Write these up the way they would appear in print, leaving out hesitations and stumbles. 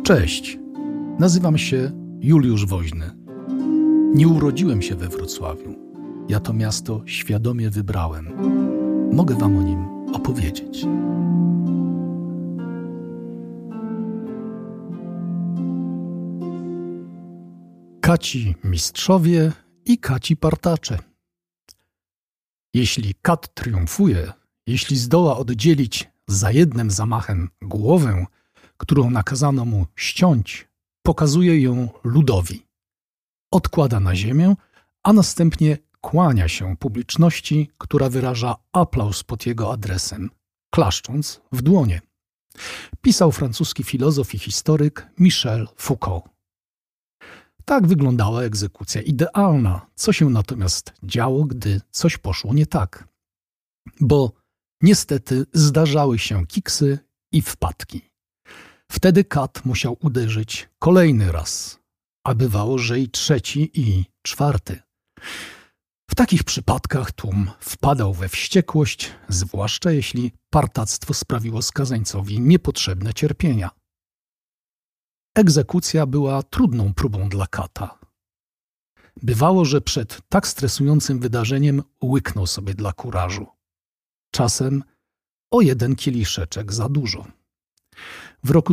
Cześć, nazywam się Juliusz Woźny. Nie urodziłem się we Wrocławiu. Ja to miasto świadomie wybrałem. Mogę wam o nim opowiedzieć. Kaci mistrzowie i kaci partacze. Jeśli kat triumfuje, jeśli zdoła oddzielić za jednym zamachem głowę, którą nakazano mu ściąć, pokazuje ją ludowi. Odkłada na ziemię, a następnie kłania się publiczności, która wyraża aplauz pod jego adresem, klaszcząc w dłonie. Pisał francuski filozof i historyk Michel Foucault. Tak wyglądała egzekucja idealna, co się natomiast działo, gdy coś poszło nie tak. Bo niestety zdarzały się kiksy i wpadki. Wtedy kat musiał uderzyć kolejny raz, a bywało, że i trzeci i czwarty. W takich przypadkach tłum wpadał we wściekłość, zwłaszcza jeśli partactwo sprawiło skazańcowi niepotrzebne cierpienia. Egzekucja była trudną próbą dla kata. Bywało, że przed tak stresującym wydarzeniem łyknął sobie dla kurażu. Czasem o jeden kieliszeczek za dużo. W roku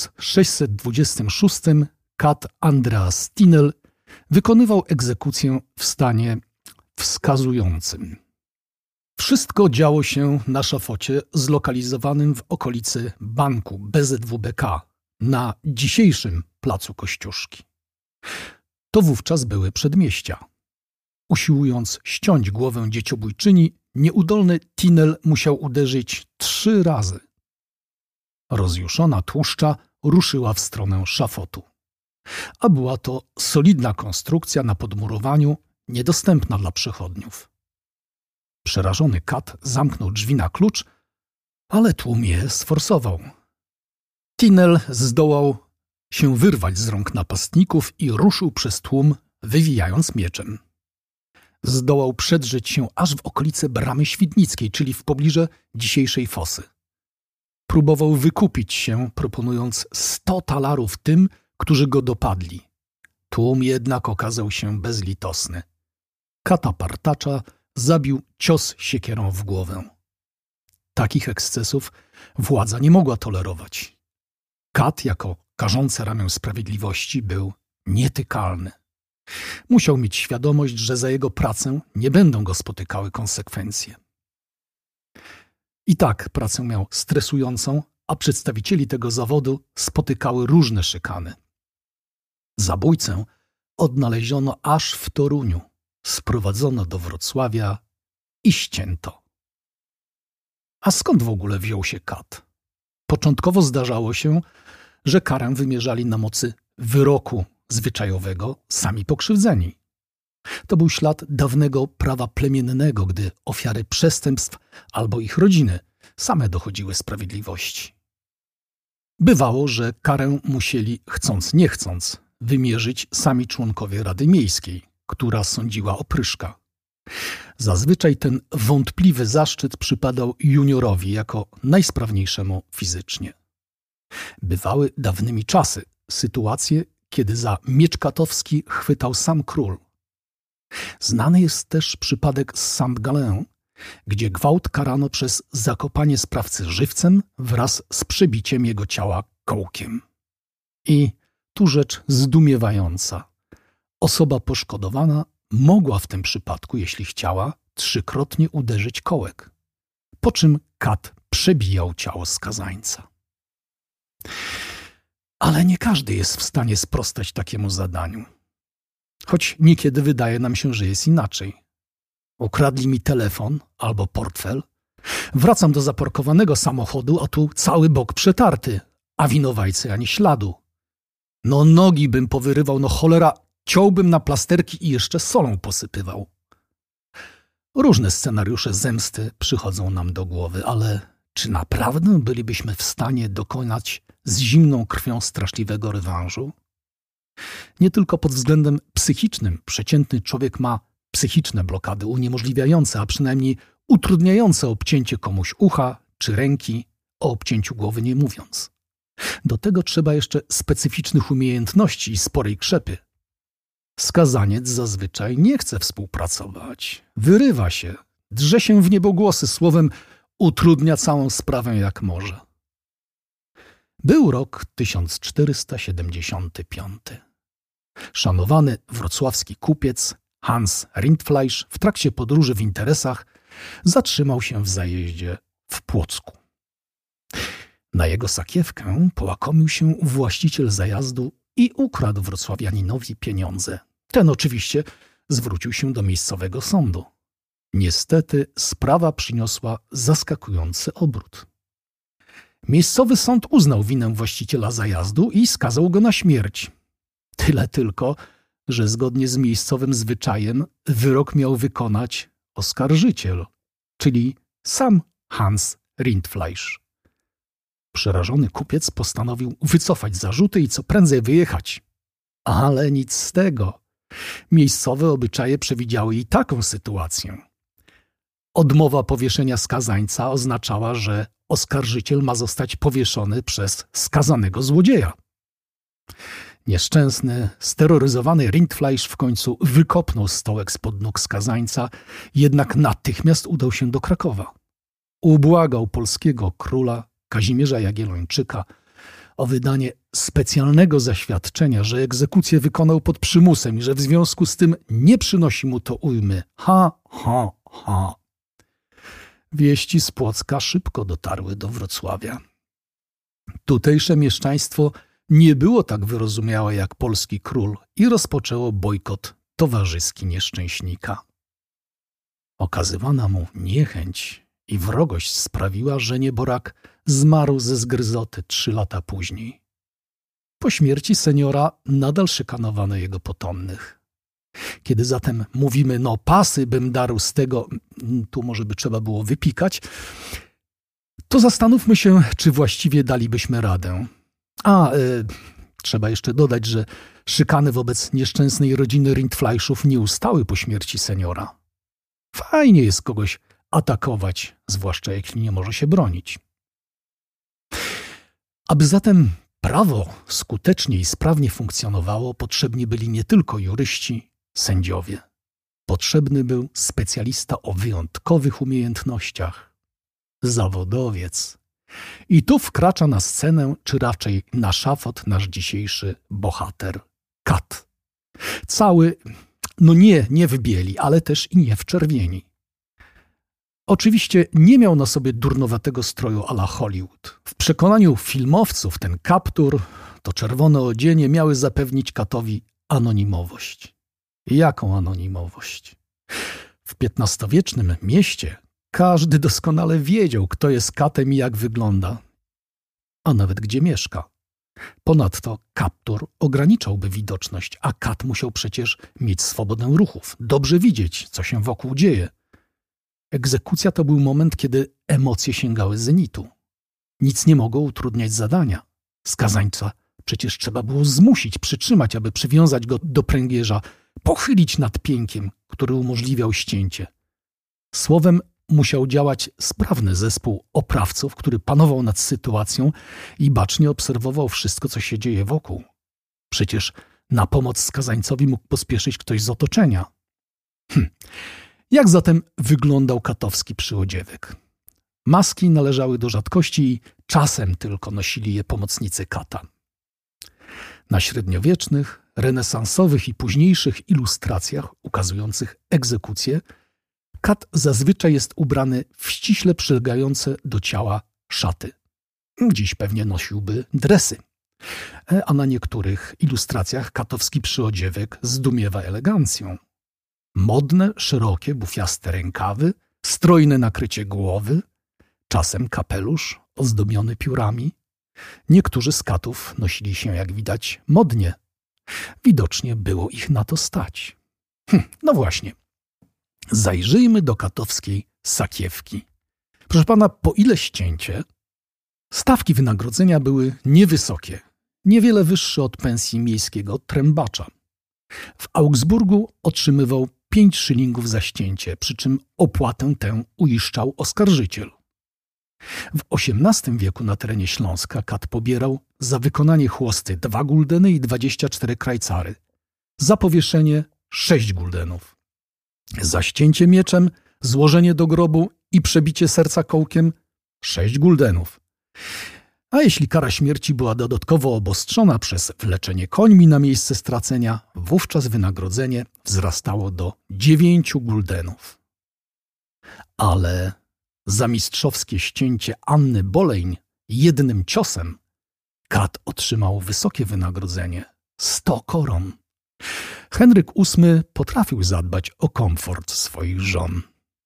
1626 kat Andreas Tinel wykonywał egzekucję w stanie wskazującym. Wszystko działo się na szafocie zlokalizowanym w okolicy banku BZWBK na dzisiejszym placu Kościuszki. To wówczas były przedmieścia. Usiłując ściąć głowę dzieciobójczyni, nieudolny Tinel musiał uderzyć 3 razy. Rozjuszona tłuszcza ruszyła w stronę szafotu. A była to solidna konstrukcja na podmurowaniu, niedostępna dla przechodniów. Przerażony kat zamknął drzwi na klucz, ale tłum je sforsował. Tinel zdołał się wyrwać z rąk napastników i ruszył przez tłum, wywijając mieczem. Zdołał przedrzeć się aż w okolice Bramy Świdnickiej, czyli w pobliże dzisiejszej Fosy. Próbował wykupić się, proponując 100 talarów tym, którzy go dopadli. Tłum jednak okazał się bezlitosny. Kata partacza zabił cios siekierą w głowę. Takich ekscesów władza nie mogła tolerować. Kat, jako karzące ramię sprawiedliwości, był nietykalny. Musiał mieć świadomość, że za jego pracę nie będą go spotykały konsekwencje. I tak pracę miał stresującą, a przedstawicieli tego zawodu spotykały różne szykany. Zabójcę odnaleziono aż w Toruniu, sprowadzono do Wrocławia i ścięto. A skąd w ogóle wziął się kat? Początkowo zdarzało się, że karę wymierzali na mocy wyroku zwyczajowego sami pokrzywdzeni. To był ślad dawnego prawa plemiennego, gdy ofiary przestępstw albo ich rodziny same dochodziły sprawiedliwości. Bywało, że karę musieli, chcąc nie chcąc, wymierzyć sami członkowie Rady Miejskiej, która sądziła opryszka. Zazwyczaj ten wątpliwy zaszczyt przypadał juniorowi jako najsprawniejszemu fizycznie. Bywały dawnymi czasy sytuacje, kiedy za miecz katowski chwytał sam król. Znany jest też przypadek z Saint-Gallen, gdzie gwałt karano przez zakopanie sprawcy żywcem wraz z przebiciem jego ciała kołkiem. I tu rzecz zdumiewająca. Osoba poszkodowana mogła w tym przypadku, jeśli chciała, 3-krotnie uderzyć kołek, po czym kat przebijał ciało skazańca. Ale nie każdy jest w stanie sprostać takiemu zadaniu. Choć niekiedy wydaje nam się, że jest inaczej. Ukradli mi telefon albo portfel. Wracam do zaparkowanego samochodu, a tu cały bok przetarty, a winowajcy ani śladu. No nogi bym powyrywał, no cholera, ciąłbym na plasterki i jeszcze solą posypywał. Różne scenariusze zemsty przychodzą nam do głowy, ale czy naprawdę bylibyśmy w stanie dokonać z zimną krwią straszliwego rewanżu? Nie tylko pod względem psychicznym przeciętny człowiek ma psychiczne blokady uniemożliwiające, a przynajmniej utrudniające obcięcie komuś ucha czy ręki, o obcięciu głowy nie mówiąc. Do tego trzeba jeszcze specyficznych umiejętności i sporej krzepy. Skazaniec zazwyczaj nie chce współpracować. Wyrywa się, drze się w niebogłosy, słowem utrudnia całą sprawę jak może. Był rok 1475. Szanowany wrocławski kupiec Hans Rindfleisch w trakcie podróży w interesach zatrzymał się w zajeździe w Płocku. Na jego sakiewkę połakomił się właściciel zajazdu i ukradł wrocławianinowi pieniądze. Ten oczywiście zwrócił się do miejscowego sądu. Niestety sprawa przyniosła zaskakujący obrót. Miejscowy sąd uznał winę właściciela zajazdu i skazał go na śmierć. Tyle tylko, że zgodnie z miejscowym zwyczajem wyrok miał wykonać oskarżyciel, czyli sam Hans Rindfleisch. Przerażony kupiec postanowił wycofać zarzuty i co prędzej wyjechać. Ale nic z tego. Miejscowe obyczaje przewidziały i taką sytuację. Odmowa powieszenia skazańca oznaczała, że oskarżyciel ma zostać powieszony przez skazanego złodzieja. Nieszczęsny, steroryzowany Rindfleisch w końcu wykopnął stołek spod nóg skazańca, jednak natychmiast udał się do Krakowa. Ubłagał polskiego króla Kazimierza Jagiellończyka o wydanie specjalnego zaświadczenia, że egzekucję wykonał pod przymusem i że w związku z tym nie przynosi mu to ujmy. Ha, ha, ha. Wieści z Płocka szybko dotarły do Wrocławia. Tutejsze mieszczaństwo nie było tak wyrozumiałe jak polski król i rozpoczęło bojkot towarzyski nieszczęśnika. Okazywana mu niechęć i wrogość sprawiła, że nieborak zmarł ze zgryzoty 3 lata później. Po śmierci seniora nadal szykanowano jego potomnych. Kiedy zatem mówimy, no pasy bym darł z tego, tu może by trzeba było wypikać, to zastanówmy się, czy właściwie dalibyśmy radę. Trzeba jeszcze dodać, że szykany wobec nieszczęsnej rodziny Rindfleischów nie ustały po śmierci seniora. Fajnie jest kogoś atakować, zwłaszcza jeśli nie może się bronić. Aby zatem prawo skutecznie i sprawnie funkcjonowało, potrzebni byli nie tylko juryści, sędziowie. Potrzebny był specjalista o wyjątkowych umiejętnościach. Zawodowiec. I tu wkracza na scenę, czy raczej na szafot nasz dzisiejszy bohater, Kat. Cały, nie w bieli, ale też i nie w czerwieni. Oczywiście nie miał na sobie durnowatego stroju à la Hollywood. W przekonaniu filmowców ten kaptur, to czerwone odzienie miały zapewnić Katowi anonimowość. Jaką anonimowość? W XV-wiecznym mieście każdy doskonale wiedział, kto jest Katem i jak wygląda, a nawet gdzie mieszka. Ponadto kaptur ograniczałby widoczność, a Kat musiał przecież mieć swobodę ruchów, dobrze widzieć, co się wokół dzieje. Egzekucja to był moment, kiedy emocje sięgały zenitu. Nic nie mogło utrudniać zadania. Skazańca przecież trzeba było zmusić, przytrzymać, aby przywiązać go do pręgierza, pochylić nad piękiem, który umożliwiał ścięcie. Słowem, musiał działać sprawny zespół oprawców, który panował nad sytuacją i bacznie obserwował wszystko, co się dzieje wokół. Przecież na pomoc skazańcowi mógł pospieszyć ktoś z otoczenia. Jak zatem wyglądał katowski przyodziewek? Maski należały do rzadkości i czasem tylko nosili je pomocnicy Kata. Na średniowiecznych, renesansowych i późniejszych ilustracjach ukazujących egzekucję Kat zazwyczaj jest ubrany w ściśle przylegające do ciała szaty. Dziś pewnie nosiłby dresy. A na niektórych ilustracjach katowski przyodziewek zdumiewa elegancją. Modne, szerokie, bufiaste rękawy, strojne nakrycie głowy, czasem kapelusz ozdobiony piórami. Niektórzy z katów nosili się, jak widać, modnie. Widocznie było ich na to stać. No właśnie. Zajrzyjmy do katowskiej sakiewki. Proszę pana, po ile ścięcie? Stawki wynagrodzenia były niewysokie, niewiele wyższe od pensji miejskiego trębacza. W Augsburgu otrzymywał 5 szylingów za ścięcie, przy czym opłatę tę uiszczał oskarżyciel. W XVIII wieku na terenie Śląska kat pobierał za wykonanie chłosty 2 guldeny i 24 krajcary, za powieszenie 6 guldenów, za ścięcie mieczem, złożenie do grobu i przebicie serca kołkiem 6 guldenów. A jeśli kara śmierci była dodatkowo obostrzona przez wleczenie końmi na miejsce stracenia, wówczas wynagrodzenie wzrastało do 9 guldenów. Ale za mistrzowskie ścięcie Anny Boleyn jednym ciosem kat otrzymał wysokie wynagrodzenie – 100 koron. Henryk VIII potrafił zadbać o komfort swoich żon.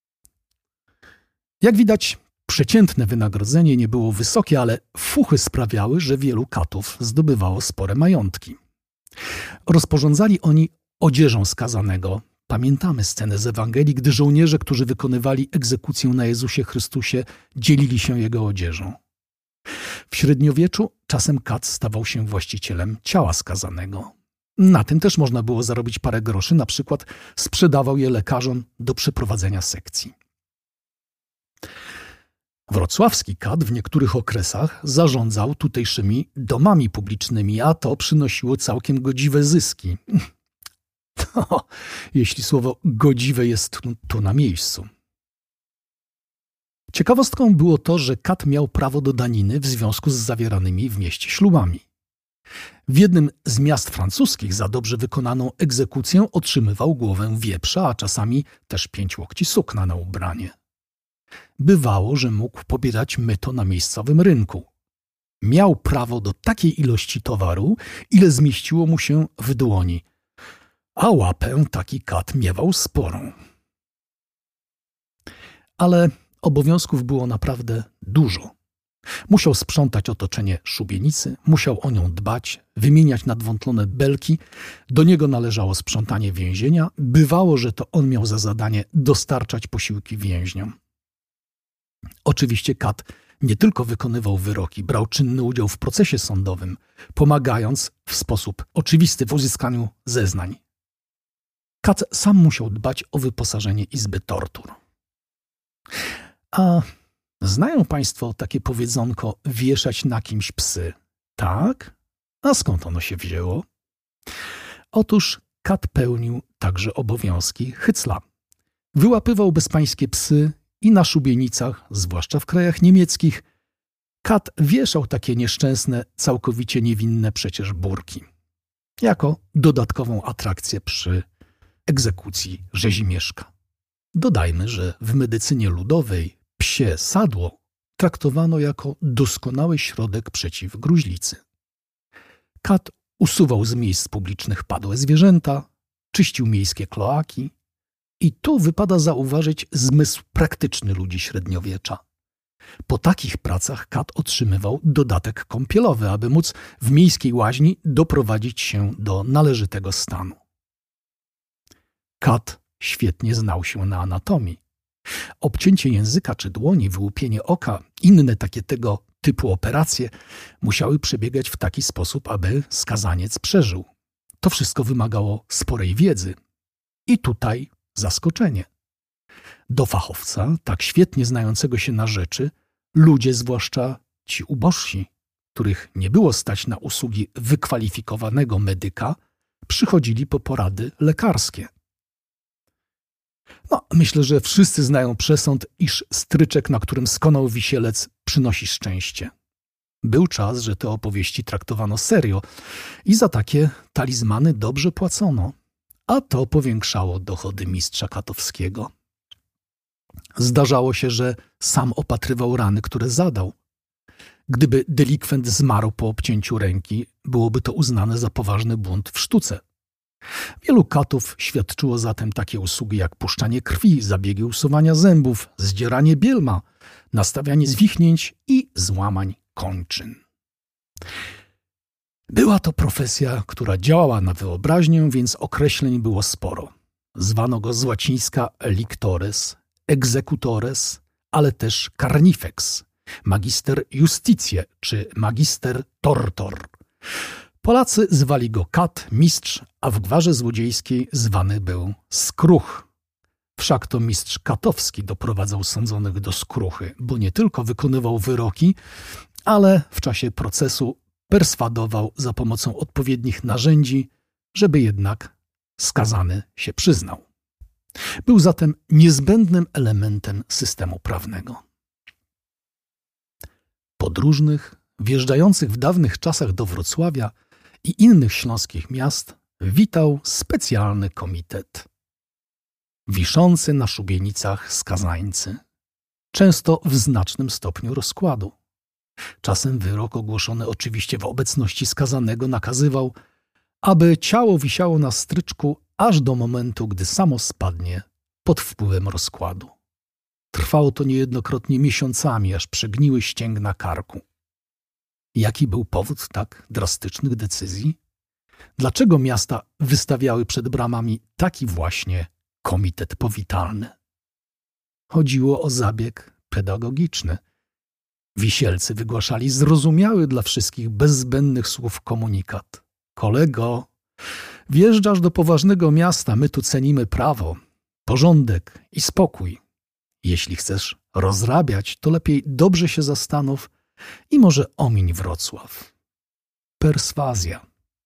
Jak widać, przeciętne wynagrodzenie nie było wysokie, ale fuchy sprawiały, że wielu katów zdobywało spore majątki. Rozporządzali oni odzieżą skazanego. Pamiętamy scenę z Ewangelii, gdy żołnierze, którzy wykonywali egzekucję na Jezusie Chrystusie, dzielili się jego odzieżą. W średniowieczu czasem kat stawał się właścicielem ciała skazanego. Na tym też można było zarobić parę groszy, na przykład sprzedawał je lekarzom do przeprowadzenia sekcji. Wrocławski kat w niektórych okresach zarządzał tutejszymi domami publicznymi, a to przynosiło całkiem godziwe zyski. Jeśli słowo godziwe jest tu na miejscu. Ciekawostką było to, że kat miał prawo do daniny w związku z zawieranymi w mieście ślubami. W jednym z miast francuskich za dobrze wykonaną egzekucję otrzymywał głowę wieprza, a czasami też 5 łokci sukna na ubranie. Bywało, że mógł pobierać myto na miejscowym rynku. Miał prawo do takiej ilości towaru, ile zmieściło mu się w dłoni, a łapę taki kat miewał sporą. Ale obowiązków było naprawdę dużo. Musiał sprzątać otoczenie szubienicy, musiał o nią dbać, wymieniać nadwątlone belki, do niego należało sprzątanie więzienia, bywało, że to on miał za zadanie dostarczać posiłki więźniom. Oczywiście kat nie tylko wykonywał wyroki, brał czynny udział w procesie sądowym, pomagając w sposób oczywisty w uzyskaniu zeznań. Kat sam musiał dbać o wyposażenie izby tortur. A znają Państwo takie powiedzonko wieszać na kimś psy? Tak? A skąd ono się wzięło? Otóż kat pełnił także obowiązki hycla. Wyłapywał bezpańskie psy i na szubienicach, zwłaszcza w krajach niemieckich, kat wieszał takie nieszczęsne, całkowicie niewinne przecież burki. Jako dodatkową atrakcję przy egzekucji rzezimieszka. Dodajmy, że w medycynie ludowej psie sadło traktowano jako doskonały środek przeciw gruźlicy. Kat usuwał z miejsc publicznych padłe zwierzęta, czyścił miejskie kloaki i tu wypada zauważyć zmysł praktyczny ludzi średniowiecza. Po takich pracach kat otrzymywał dodatek kąpielowy, aby móc w miejskiej łaźni doprowadzić się do należytego stanu. Kat świetnie znał się na anatomii. Obcięcie języka czy dłoni, wyłupienie oka, inne takie tego typu operacje musiały przebiegać w taki sposób, aby skazaniec przeżył. To wszystko wymagało sporej wiedzy. I tutaj zaskoczenie. Do fachowca, tak świetnie znającego się na rzeczy, ludzie, zwłaszcza ci ubożsi, których nie było stać na usługi wykwalifikowanego medyka, przychodzili po porady lekarskie. Myślę, że wszyscy znają przesąd, iż stryczek, na którym skonał wisielec, przynosi szczęście. Był czas, że te opowieści traktowano serio i za takie talizmany dobrze płacono, a to powiększało dochody mistrza katowskiego. Zdarzało się, że sam opatrywał rany, które zadał. Gdyby delikwent zmarł po obcięciu ręki, byłoby to uznane za poważny błąd w sztuce. Wielu katów świadczyło zatem takie usługi jak puszczanie krwi, zabiegi usuwania zębów, zdzieranie bielma, nastawianie zwichnięć i złamań kończyn. Była to profesja, która działała na wyobraźnię, więc określeń było sporo. Zwano go z łacińska lictores, executores, ale też carnifex, magister justitiae czy magister tortor. Polacy zwali go kat, mistrz, a w gwarze złodziejskiej zwany był skruch. Wszak to mistrz Katowski doprowadzał sądzonych do skruchy, bo nie tylko wykonywał wyroki, ale w czasie procesu perswadował za pomocą odpowiednich narzędzi, żeby jednak skazany się przyznał. Był zatem niezbędnym elementem systemu prawnego. Podróżnych, wjeżdżających w dawnych czasach do Wrocławia i innych śląskich miast witał specjalny komitet. Wiszący na szubienicach skazańcy, często w znacznym stopniu rozkładu. Czasem wyrok ogłoszony oczywiście w obecności skazanego nakazywał, aby ciało wisiało na stryczku aż do momentu, gdy samo spadnie pod wpływem rozkładu. Trwało to niejednokrotnie miesiącami, aż przegniły ścięgna karku. Jaki był powód tak drastycznych decyzji? Dlaczego miasta wystawiały przed bramami taki właśnie komitet powitalny? Chodziło o zabieg pedagogiczny. Wisielcy wygłaszali zrozumiały dla wszystkich bez zbędnych słów komunikat. Kolego, wjeżdżasz do poważnego miasta, my tu cenimy prawo, porządek i spokój. Jeśli chcesz rozrabiać, to lepiej dobrze się zastanów i może omiń Wrocław. Perswazja.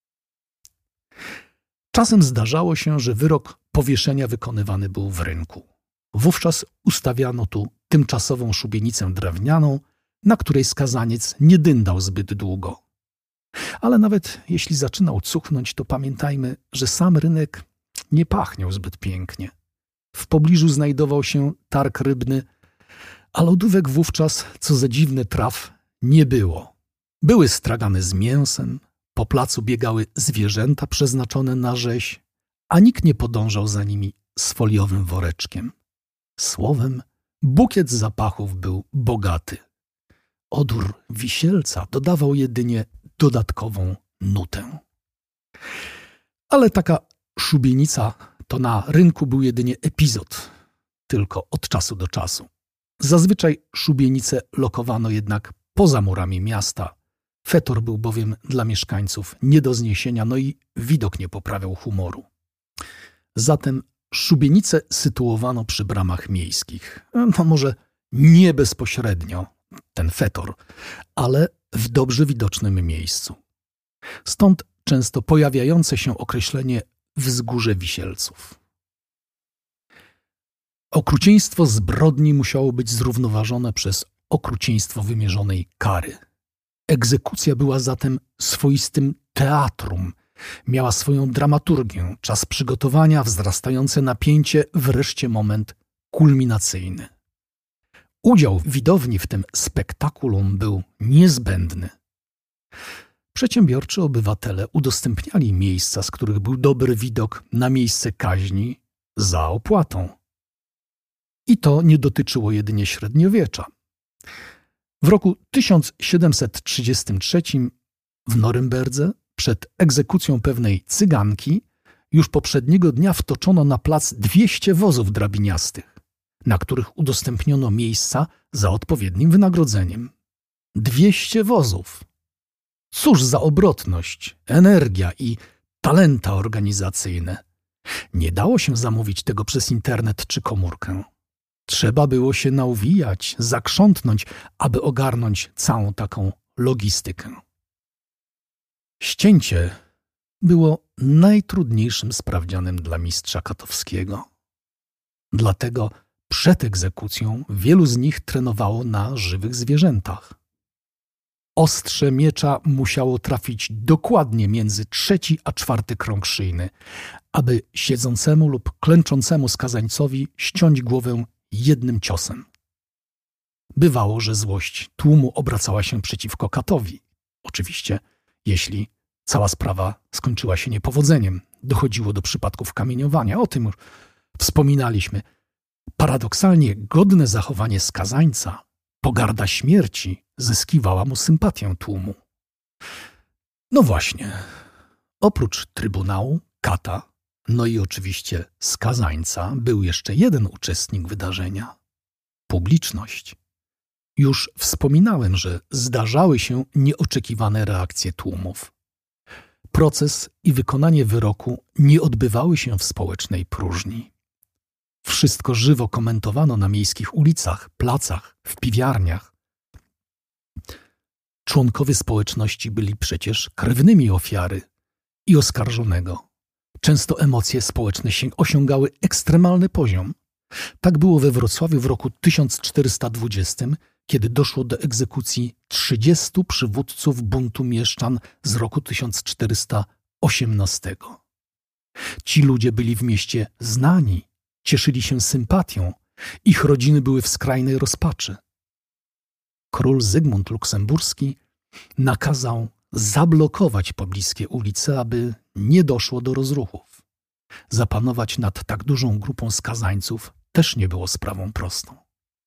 Czasem zdarzało się, że wyrok powieszenia wykonywany był w rynku. Wówczas ustawiano tu tymczasową szubienicę drewnianą, na której skazaniec nie dyndał zbyt długo. Ale nawet jeśli zaczynał cuchnąć, to pamiętajmy, że sam rynek nie pachniał zbyt pięknie. W pobliżu znajdował się targ rybny, a lodówek wówczas, co za dziwny traf, nie było. Były stragany z mięsem, po placu biegały zwierzęta przeznaczone na rzeź, a nikt nie podążał za nimi z foliowym woreczkiem. Słowem, bukiet zapachów był bogaty. Odór wisielca dodawał jedynie dodatkową nutę. Ale taka szubienica to na rynku był jedynie epizod, tylko od czasu do czasu. Zazwyczaj szubienice lokowano jednak poza murami miasta. Fetor był bowiem dla mieszkańców nie do zniesienia, no i widok nie poprawiał humoru. Zatem szubienice sytuowano przy bramach miejskich. No może nie bezpośrednio, ten fetor, ale w dobrze widocznym miejscu. Stąd często pojawiające się określenie wzgórze wisielców. Okrucieństwo zbrodni musiało być zrównoważone przez okrucieństwo wymierzonej kary. Egzekucja była zatem swoistym teatrum, miała swoją dramaturgię, czas przygotowania, wzrastające napięcie, wreszcie moment kulminacyjny. Udział widowni w tym spektakulum był niezbędny. Przedsiębiorczy obywatele udostępniali miejsca, z których był dobry widok na miejsce kaźni za opłatą. I to nie dotyczyło jedynie średniowiecza. W roku 1733 w Norymberdze przed egzekucją pewnej cyganki już poprzedniego dnia wtoczono na plac 200 wozów drabiniastych, na których udostępniono miejsca za odpowiednim wynagrodzeniem. 200 wozów! Cóż za obrotność, energia i talenta organizacyjne. Nie dało się zamówić tego przez internet czy komórkę. Trzeba było się nauwijać, zakrzątnąć, aby ogarnąć całą taką logistykę. Ścięcie było najtrudniejszym sprawdzianem dla mistrza Katowskiego. Dlatego przed egzekucją wielu z nich trenowało na żywych zwierzętach. Ostrze miecza musiało trafić dokładnie między 3. a 4. krąg szyjny, aby siedzącemu lub klęczącemu skazańcowi ściąć głowę jednym ciosem. Bywało, że złość tłumu obracała się przeciwko katowi. Oczywiście, jeśli cała sprawa skończyła się niepowodzeniem, dochodziło do przypadków kamieniowania. O tym już wspominaliśmy. Paradoksalnie godne zachowanie skazańca, pogarda śmierci, zyskiwała mu sympatię tłumu. No właśnie, oprócz trybunału, kata, no i oczywiście skazańca, był jeszcze jeden uczestnik wydarzenia – publiczność. Już wspominałem, że zdarzały się nieoczekiwane reakcje tłumów. Proces i wykonanie wyroku nie odbywały się w społecznej próżni. Wszystko żywo komentowano na miejskich ulicach, placach, w piwiarniach. Członkowie społeczności byli przecież krewnymi ofiary i oskarżonego. Często emocje społeczne osiągały ekstremalny poziom. Tak było we Wrocławiu w roku 1420, kiedy doszło do egzekucji 30 przywódców buntu mieszczan z roku 1418. Ci ludzie byli w mieście znani, cieszyli się sympatią, ich rodziny były w skrajnej rozpaczy. Król Zygmunt Luksemburski nakazał zablokować pobliskie ulice, aby nie doszło do rozruchów. Zapanować nad tak dużą grupą skazańców też nie było sprawą prostą.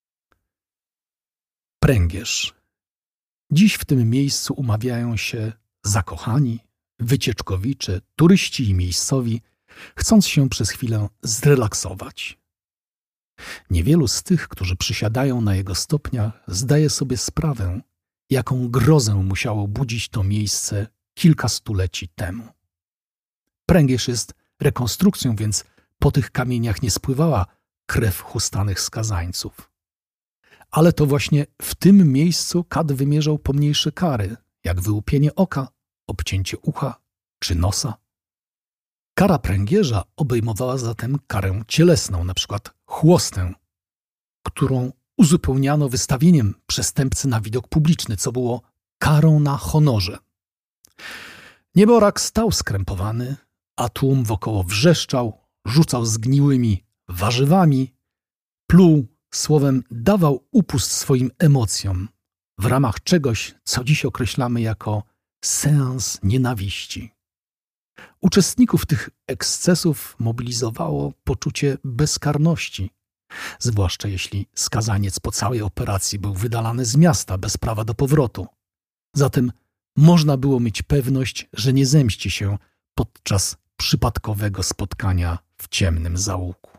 Pręgierz. Dziś w tym miejscu umawiają się zakochani, wycieczkowicze, turyści i miejscowi, chcąc się przez chwilę zrelaksować. Niewielu z tych, którzy przysiadają na jego stopniach, zdaje sobie sprawę, jaką grozę musiało budzić to miejsce kilka stuleci temu. Pręgierz jest rekonstrukcją, więc po tych kamieniach nie spływała krew chustanych skazańców. Ale to właśnie w tym miejscu kat wymierzał pomniejsze kary, jak wyłupienie oka, obcięcie ucha czy nosa. Kara pręgierza obejmowała zatem karę cielesną, na przykład chłostę, którą uzupełniano wystawieniem przestępcy na widok publiczny, co było karą na honorze. Nieborak stał skrępowany, a tłum wokoło wrzeszczał, rzucał zgniłymi warzywami, pluł, słowem dawał upust swoim emocjom w ramach czegoś, co dziś określamy jako seans nienawiści. Uczestników tych ekscesów mobilizowało poczucie bezkarności, zwłaszcza jeśli skazaniec po całej operacji był wydalany z miasta bez prawa do powrotu. Zatem można było mieć pewność, że nie zemści się podczas przypadkowego spotkania w ciemnym zaułku.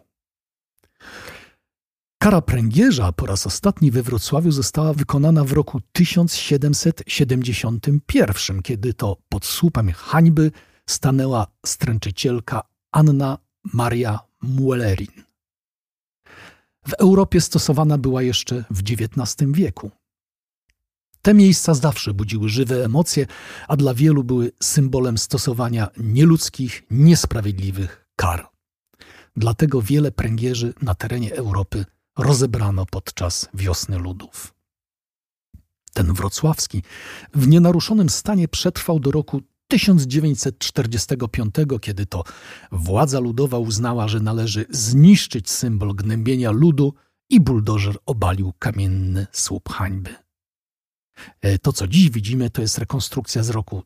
Kara pręgierza po raz ostatni we Wrocławiu została wykonana w roku 1771, kiedy to pod słupem hańby stanęła stręczycielka Anna Maria Muellerin. W Europie stosowana była jeszcze w XIX wieku. Te miejsca zawsze budziły żywe emocje, a dla wielu były symbolem stosowania nieludzkich, niesprawiedliwych kar. Dlatego wiele pręgierzy na terenie Europy rozebrano podczas Wiosny Ludów. Ten wrocławski w nienaruszonym stanie przetrwał do roku 1945, kiedy to władza ludowa uznała, że należy zniszczyć symbol gnębienia ludu i buldożer obalił kamienny słup hańby. To, co dziś widzimy, to jest rekonstrukcja z roku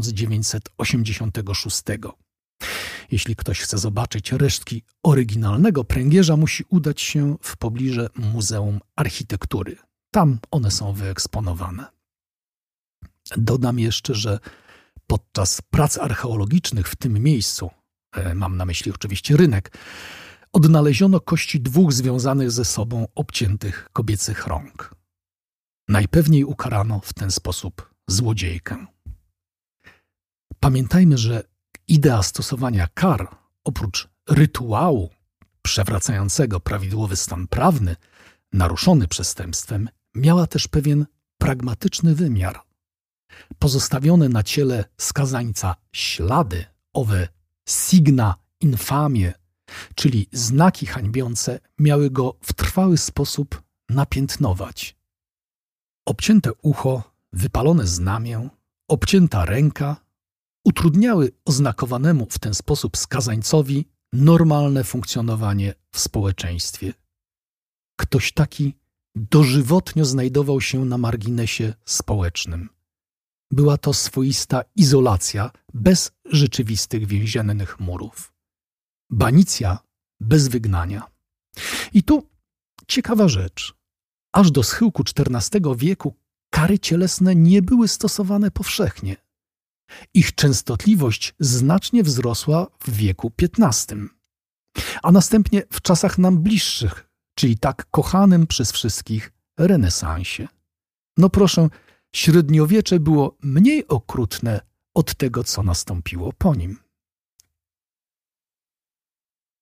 1986. Jeśli ktoś chce zobaczyć resztki oryginalnego pręgierza, musi udać się w pobliże Muzeum Architektury. Tam one są wyeksponowane. Dodam jeszcze, że podczas prac archeologicznych w tym miejscu, mam na myśli oczywiście rynek, odnaleziono kości dwóch związanych ze sobą obciętych kobiecych rąk. Najpewniej ukarano w ten sposób złodziejkę. Pamiętajmy, że idea stosowania kar, oprócz rytuału przewracającego prawidłowy stan prawny, naruszony przestępstwem, miała też pewien pragmatyczny wymiar. Pozostawione na ciele skazańca ślady, owe signa infamie, czyli znaki hańbiące, miały go w trwały sposób napiętnować. Obcięte ucho, wypalone znamię, obcięta ręka utrudniały oznakowanemu w ten sposób skazańcowi normalne funkcjonowanie w społeczeństwie. Ktoś taki dożywotnio znajdował się na marginesie społecznym. Była to swoista izolacja bez rzeczywistych więziennych murów. Banicja bez wygnania. I tu ciekawa rzecz. Aż do schyłku XIV wieku kary cielesne nie były stosowane powszechnie. Ich częstotliwość znacznie wzrosła w wieku XV, a następnie w czasach nam bliższych, czyli tak kochanym przez wszystkich renesansie. No proszę, średniowiecze było mniej okrutne od tego, co nastąpiło po nim.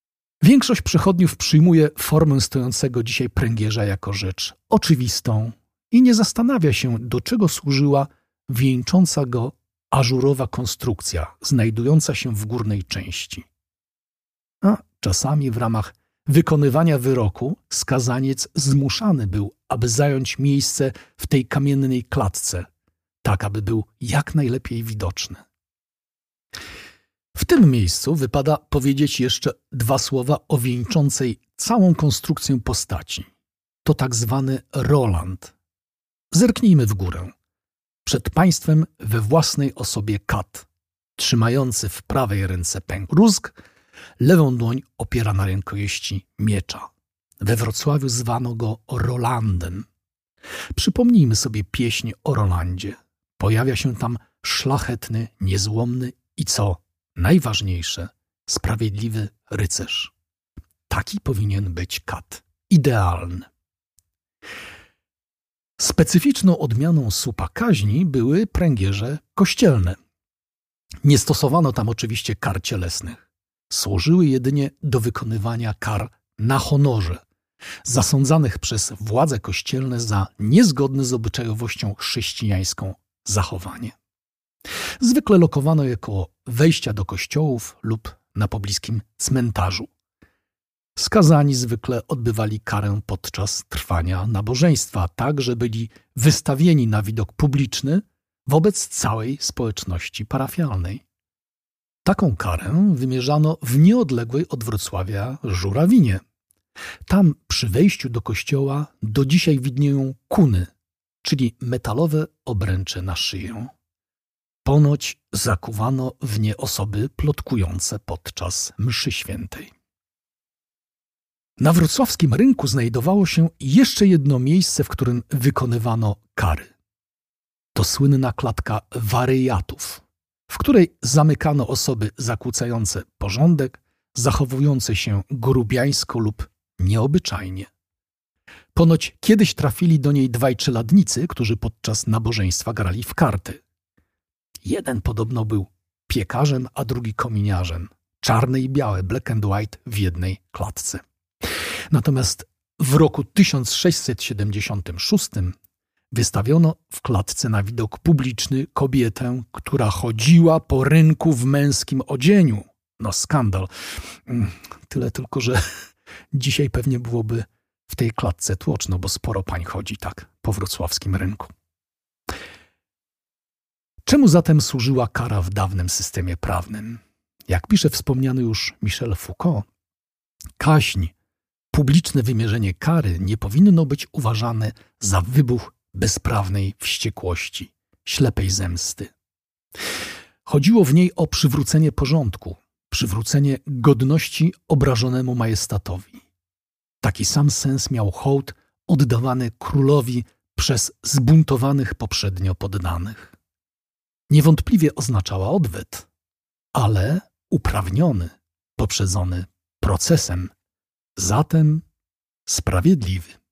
Większość przechodniów przyjmuje formę stojącego dzisiaj pręgierza jako rzecz oczywistą i nie zastanawia się, do czego służyła wieńcząca go ażurowa konstrukcja znajdująca się w górnej części. A czasami w ramach wykonywania wyroku skazaniec zmuszany był, aby zająć miejsce w tej kamiennej klatce, tak aby był jak najlepiej widoczny. W tym miejscu wypada powiedzieć jeszcze dwa słowa o wieńczącej całą konstrukcję postaci. To tak zwany Roland. Zerknijmy w górę. Przed państwem we własnej osobie kat, trzymający w prawej ręce pęk rózg, lewą dłoń opiera na rękojeści miecza. We Wrocławiu zwano go Rolandem. Przypomnijmy sobie pieśń o Rolandzie. Pojawia się tam szlachetny, niezłomny i co najważniejsze, sprawiedliwy rycerz. Taki powinien być kat. Idealny. Specyficzną odmianą słupa kaźni były pręgierze kościelne. Nie stosowano tam oczywiście kar cielesnych. Służyły jedynie do wykonywania kar na honorze, zasądzanych przez władze kościelne za niezgodne z obyczajowością chrześcijańską zachowanie. Zwykle lokowano je koło wejścia do kościołów lub na pobliskim cmentarzu. Skazani zwykle odbywali karę podczas trwania nabożeństwa, tak że byli wystawieni na widok publiczny wobec całej społeczności parafialnej. Taką karę wymierzano w nieodległej od Wrocławia Żurawinie. Tam przy wejściu do kościoła do dzisiaj widnieją kuny, czyli metalowe obręcze na szyję. Ponoć zakuwano w nie osoby plotkujące podczas mszy świętej. Na wrocławskim rynku znajdowało się jeszcze jedno miejsce, w którym wykonywano kary. To słynna klatka wariatów, w której zamykano osoby zakłócające porządek, zachowujące się grubiańsko lub nieobyczajnie. Ponoć kiedyś trafili do niej dwaj czeladnicy, którzy podczas nabożeństwa grali w karty. Jeden podobno był piekarzem, a drugi kominiarzem. Czarne i białe, black and white w jednej klatce. Natomiast w roku 1676 wystawiono w klatce na widok publiczny kobietę, która chodziła po rynku w męskim odzieniu. No skandal. Tyle tylko, że dzisiaj pewnie byłoby w tej klatce tłoczno, bo sporo pań chodzi tak po wrocławskim rynku. Czemu zatem służyła kara w dawnym systemie prawnym? Jak pisze wspomniany już Michel Foucault, kaźń, publiczne wymierzenie kary nie powinno być uważane za wybuch bezprawnej wściekłości, ślepej zemsty. Chodziło w niej o przywrócenie porządku, przywrócenie godności obrażonemu majestatowi. Taki sam sens miał hołd oddawany królowi przez zbuntowanych poprzednio poddanych. Niewątpliwie oznaczała odwet, ale uprawniony, poprzedzony procesem, zatem sprawiedliwy.